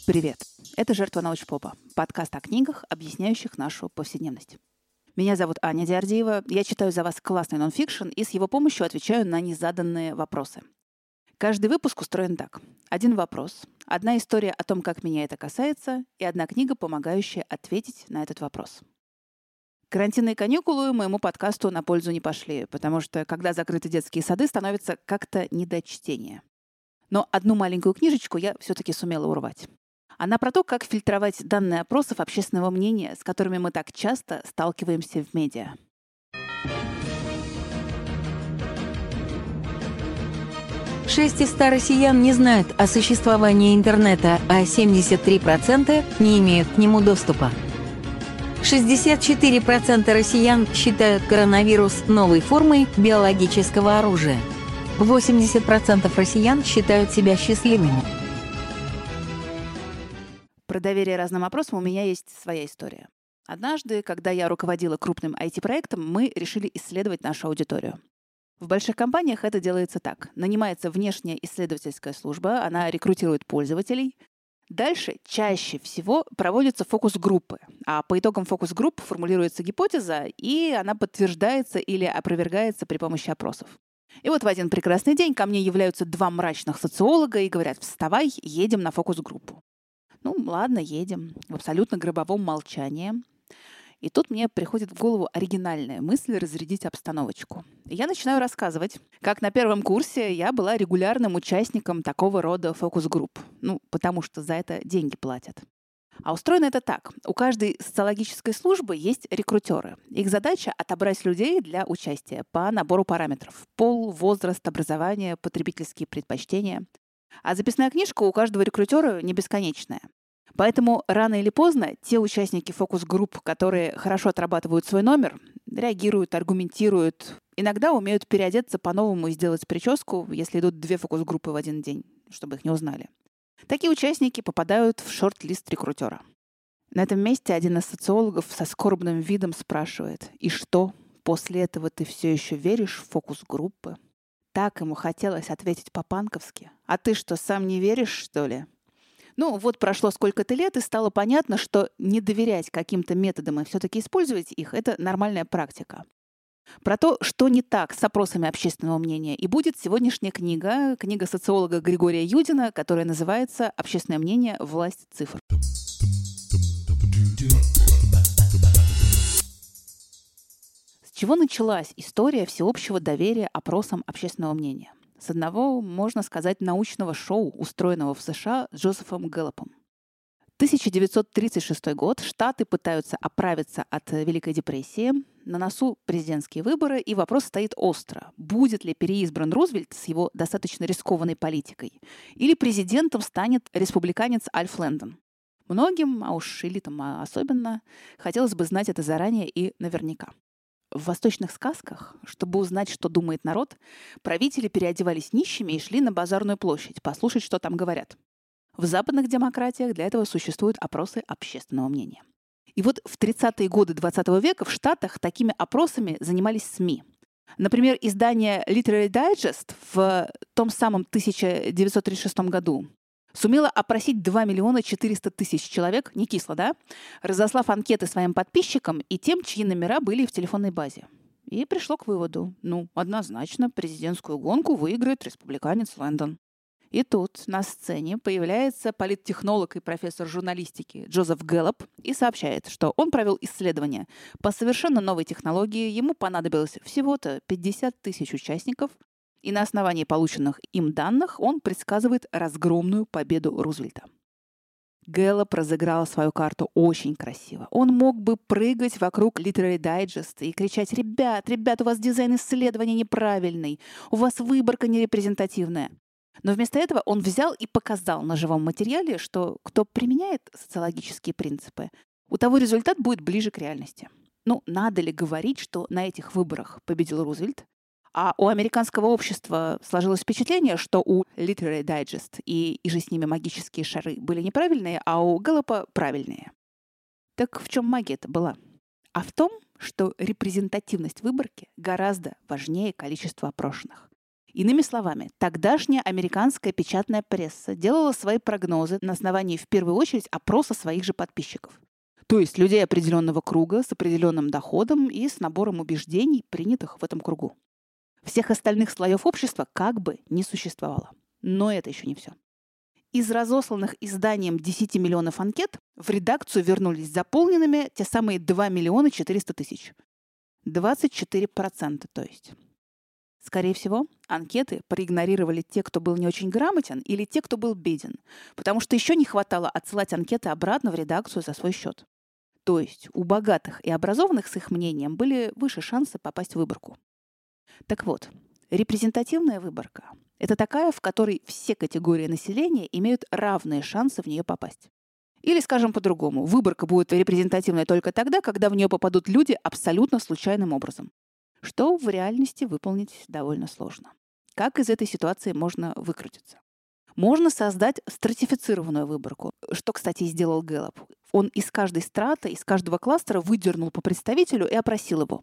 Привет! Это «Жертва научпопа» — подкаст о книгах, объясняющих нашу повседневность. Меня зовут Аня Диардиева, я читаю за вас классный нонфикшн и с его помощью отвечаю на незаданные вопросы. Каждый выпуск устроен так. Один вопрос, одна история о том, как меня это касается, и одна книга, помогающая ответить на этот вопрос. Карантинные каникулы моему подкасту на пользу не пошли, потому что, когда закрыты детские сады, становится как-то не до чтения. Но одну маленькую книжечку я все-таки сумела урвать. Она про то, как фильтровать данные опросов общественного мнения, с которыми мы так часто сталкиваемся в медиа. Шесть из 100 россиян не знают о существовании интернета, а 73% не имеют к нему доступа. 64% россиян считают коронавирус новой формой биологического оружия. 80% россиян считают себя счастливыми. Про доверие разным опросам у меня есть своя история. Однажды, когда я руководила крупным IT-проектом, мы решили исследовать нашу аудиторию. В больших компаниях это делается так. Нанимается внешняя исследовательская служба, она рекрутирует пользователей. Дальше чаще всего проводятся фокус-группы, а по итогам фокус-групп формулируется гипотеза, и она подтверждается или опровергается при помощи опросов. И вот в один прекрасный день ко мне являются два мрачных социолога и говорят: «Вставай, едем на фокус-группу». Ну, ладно, едем. В абсолютно гробовом молчании. И тут мне приходит в голову оригинальная мысль разрядить обстановочку. И я начинаю рассказывать, как на первом курсе я была регулярным участником такого рода фокус-групп. Ну, потому что за это деньги платят. А устроено это так. У каждой социологической службы есть рекрутеры. Их задача — отобрать людей для участия по набору параметров: пол, возраст, образование, потребительские предпочтения. А записная книжка у каждого рекрутера не бесконечная. Поэтому рано или поздно те участники фокус-групп, которые хорошо отрабатывают свой номер, реагируют, аргументируют, иногда умеют переодеться по-новому и сделать прическу, если идут две фокус-группы в один день, чтобы их не узнали. Такие участники попадают в шорт-лист рекрутера. На этом месте один из социологов со скорбным видом спрашивает: «И что, после этого ты все еще веришь в фокус-группы?» Так ему хотелось ответить по-панковски: «А ты что, сам не веришь, что ли?» Ну, вот прошло сколько-то лет, и стало понятно, что не доверять каким-то методам и все-таки использовать их — это нормальная практика. Про то, что не так с опросами общественного мнения, и будет сегодняшняя книга социолога Григория Юдина, которая называется «Общественное мнение. Власть цифр». С чего началась история всеобщего доверия опросам общественного мнения? С одного, можно сказать, научного шоу, устроенного в США Джозефом Гэллопом. 1936 год. Штаты пытаются оправиться от Великой депрессии. На носу президентские выборы, и вопрос стоит остро: будет ли переизбран Рузвельт с его достаточно рискованной политикой, или президентом станет республиканец Альф Лэндон? Многим, а уж элитам особенно, хотелось бы знать это заранее и наверняка. В восточных сказках, чтобы узнать, что думает народ, правители переодевались нищими и шли на базарную площадь послушать, что там говорят. В западных демократиях для этого существуют опросы общественного мнения. И вот в 30-е годы 20 века в Штатах такими опросами занимались СМИ. Например, издание Literary Digest в том самом 1936 году сумела опросить 2 400 000 человек, не кисло, да, разослав анкеты своим подписчикам и тем, чьи номера были в телефонной базе. И пришло к выводу: однозначно президентскую гонку выиграет республиканец Лэндон. И тут на сцене появляется политтехнолог и профессор журналистики Джозеф Гэллоп и сообщает, что он провел исследование по совершенно новой технологии, ему понадобилось всего-то 50 000 участников, и на основании полученных им данных он предсказывает разгромную победу Рузвельта. Гэллоп разыграл свою карту очень красиво. Он мог бы прыгать вокруг Literary Digest и кричать: ребят, у вас дизайн исследования неправильный, у вас выборка нерепрезентативная». Но вместо этого он взял и показал на живом материале, что кто применяет социологические принципы, у того результат будет ближе к реальности. Надо ли говорить, что на этих выборах победил Рузвельт? А у американского общества сложилось впечатление, что у Literary Digest и же с ними магические шары были неправильные, а у Гэллопа правильные. Так в чем магия-то была? А в том, что репрезентативность выборки гораздо важнее количества опрошенных. Иными словами, тогдашняя американская печатная пресса делала свои прогнозы на основании, в первую очередь, опроса своих же подписчиков. То есть людей определенного круга с определенным доходом и с набором убеждений, принятых в этом кругу. Всех остальных слоев общества как бы не существовало. Но это еще не все. Из разосланных изданием 10 миллионов анкет в редакцию вернулись заполненными те самые 2 миллиона 400 тысяч. 24%, то есть. Скорее всего, анкеты проигнорировали те, кто был не очень грамотен, или те, кто был беден, потому что еще не хватало отсылать анкеты обратно в редакцию за свой счет. То есть у богатых и образованных с их мнением были выше шансы попасть в выборку. Так вот, репрезентативная выборка – это такая, в которой все категории населения имеют равные шансы в нее попасть. Или, скажем по-другому, выборка будет репрезентативной только тогда, когда в нее попадут люди абсолютно случайным образом, что в реальности выполнить довольно сложно. Как из этой ситуации можно выкрутиться? Можно создать стратифицированную выборку, что, кстати, и сделал Гэллоп. Он из каждой страты, из каждого кластера выдернул по представителю и опросил его.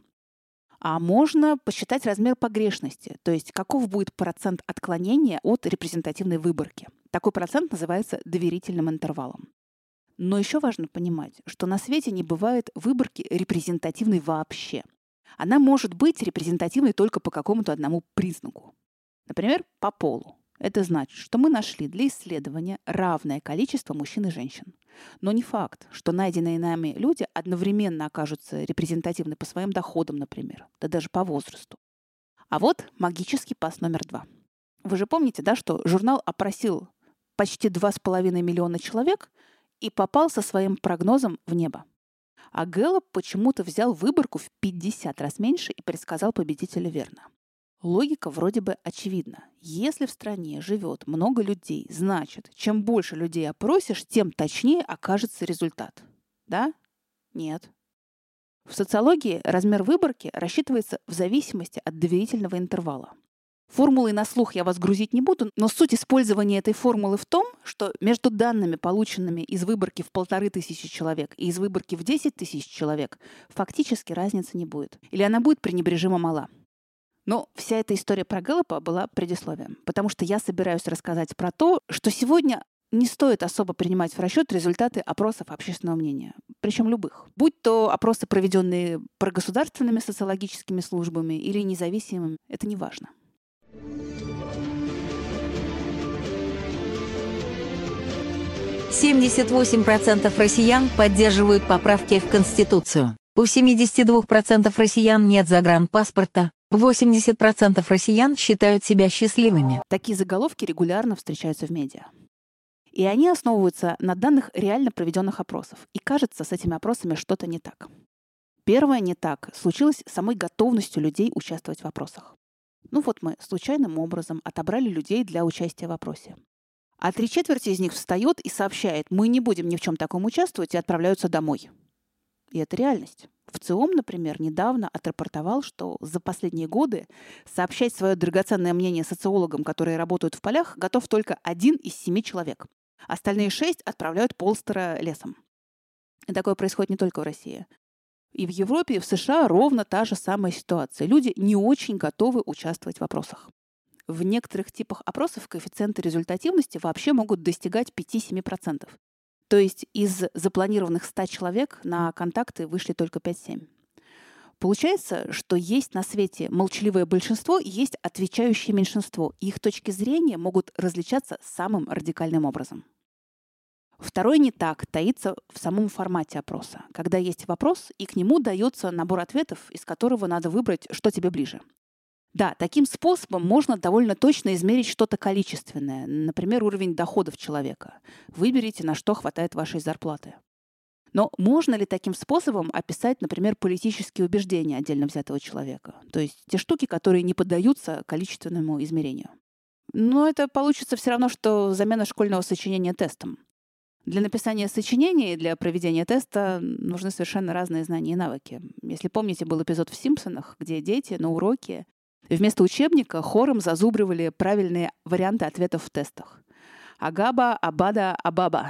А можно посчитать размер погрешности, то есть каков будет процент отклонения от репрезентативной выборки. Такой процент называется доверительным интервалом. Но еще важно понимать, что на свете не бывает выборки репрезентативной вообще. Она может быть репрезентативной только по какому-то одному признаку. Например, по полу. Это значит, что мы нашли для исследования равное количество мужчин и женщин. Но не факт, что найденные нами люди одновременно окажутся репрезентативны по своим доходам, например, да даже по возрасту. А вот магический пас номер 2. Вы же помните, да, что журнал опросил почти 2,5 миллиона человек и попал со своим прогнозом в небо. А Гэллоп почему-то взял выборку в 50 раз меньше и предсказал победителя верно. Логика вроде бы очевидна. Если в стране живет много людей, значит, чем больше людей опросишь, тем точнее окажется результат. Да? Нет. В социологии размер выборки рассчитывается в зависимости от доверительного интервала. Формулой на слух я вас грузить не буду, но суть использования этой формулы в том, что между данными, полученными из выборки в 1500 человек и из выборки в 10 тысяч человек, фактически разницы не будет. Или она будет пренебрежимо мала. Но вся эта история про Гэллопа была предисловием, потому что я собираюсь рассказать про то, что сегодня не стоит особо принимать в расчет результаты опросов общественного мнения, причем любых. Будь то опросы, проведенные прогосударственными социологическими службами или независимыми, это не важно. %78 россиян поддерживают поправки в Конституцию. У 72% россиян нет загранпаспорта. 80% россиян считают себя счастливыми. Такие заголовки регулярно встречаются в медиа. И они основываются на данных реально проведенных опросов. И кажется, с этими опросами что-то не так. Первое не так случилось с самой готовностью людей участвовать в опросах. Ну вот мы случайным образом отобрали людей для участия в опросе. А 3/4 из них встает и сообщает: мы не будем ни в чем таком участвовать, и отправляются домой. И это реальность. ВЦИОМ, например, недавно отрапортовал, что за последние годы сообщать свое драгоценное мнение социологам, которые работают в полях, готов только 1 из 7 человек. Остальные 6 отправляют полстера лесом. И такое происходит не только в России. И в Европе, и в США ровно та же самая ситуация. Люди не очень готовы участвовать в опросах. В некоторых типах опросов коэффициенты результативности вообще могут достигать 5-7%. То есть из запланированных 100 человек на контакты вышли только 5-7. Получается, что есть на свете молчаливое большинство и есть отвечающее меньшинство. И их точки зрения могут различаться самым радикальным образом. Второй не так таится в самом формате опроса, когда есть вопрос, и к нему дается набор ответов, из которого надо выбрать, что тебе ближе. Да, таким способом можно довольно точно измерить что-то количественное, например, уровень доходов человека. Выберите, на что хватает вашей зарплаты. Но можно ли таким способом описать, например, политические убеждения отдельно взятого человека? То есть те штуки, которые не поддаются количественному измерению. Но это получится все равно, что замена школьного сочинения тестом. Для написания сочинения и для проведения теста нужны совершенно разные знания и навыки. Если помните, был эпизод в «Симпсонах», где дети на уроке вместо учебника хором зазубривали правильные варианты ответов в тестах. Агаба, абада, абаба.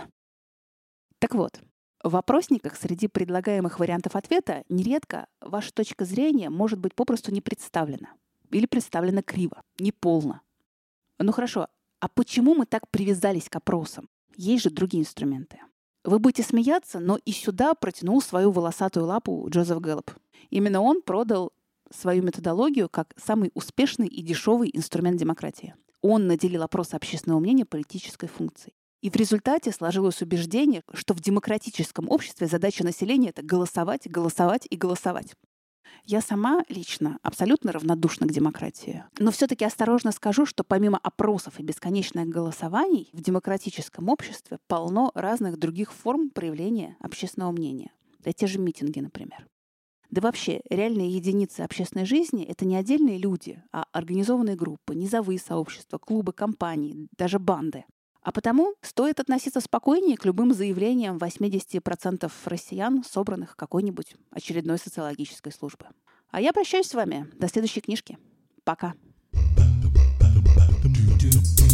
Так вот, в опросниках среди предлагаемых вариантов ответа нередко ваша точка зрения может быть попросту не представлена. или представлена криво, неполно. Ну хорошо, а почему мы так привязались к опросам? Есть же другие инструменты. Вы будете смеяться, но и сюда протянул свою волосатую лапу Джозеф Гэллоп. Именно он продал свою методологию как самый успешный и дешевый инструмент демократии. Он наделил опросы общественного мнения политической функцией. И в результате сложилось убеждение, что в демократическом обществе задача населения — это голосовать, голосовать и голосовать. Я сама лично абсолютно равнодушна к демократии. Но все-таки осторожно скажу, что помимо опросов и бесконечных голосований в демократическом обществе полно разных других форм проявления общественного мнения. Да те же митинги, например. Да вообще, реальные единицы общественной жизни — это не отдельные люди, а организованные группы, низовые сообщества, клубы, компании, даже банды. А потому стоит относиться спокойнее к любым заявлениям 80% россиян, собранных какой-нибудь очередной социологической службы. А я прощаюсь с вами. До следующей книжки. Пока.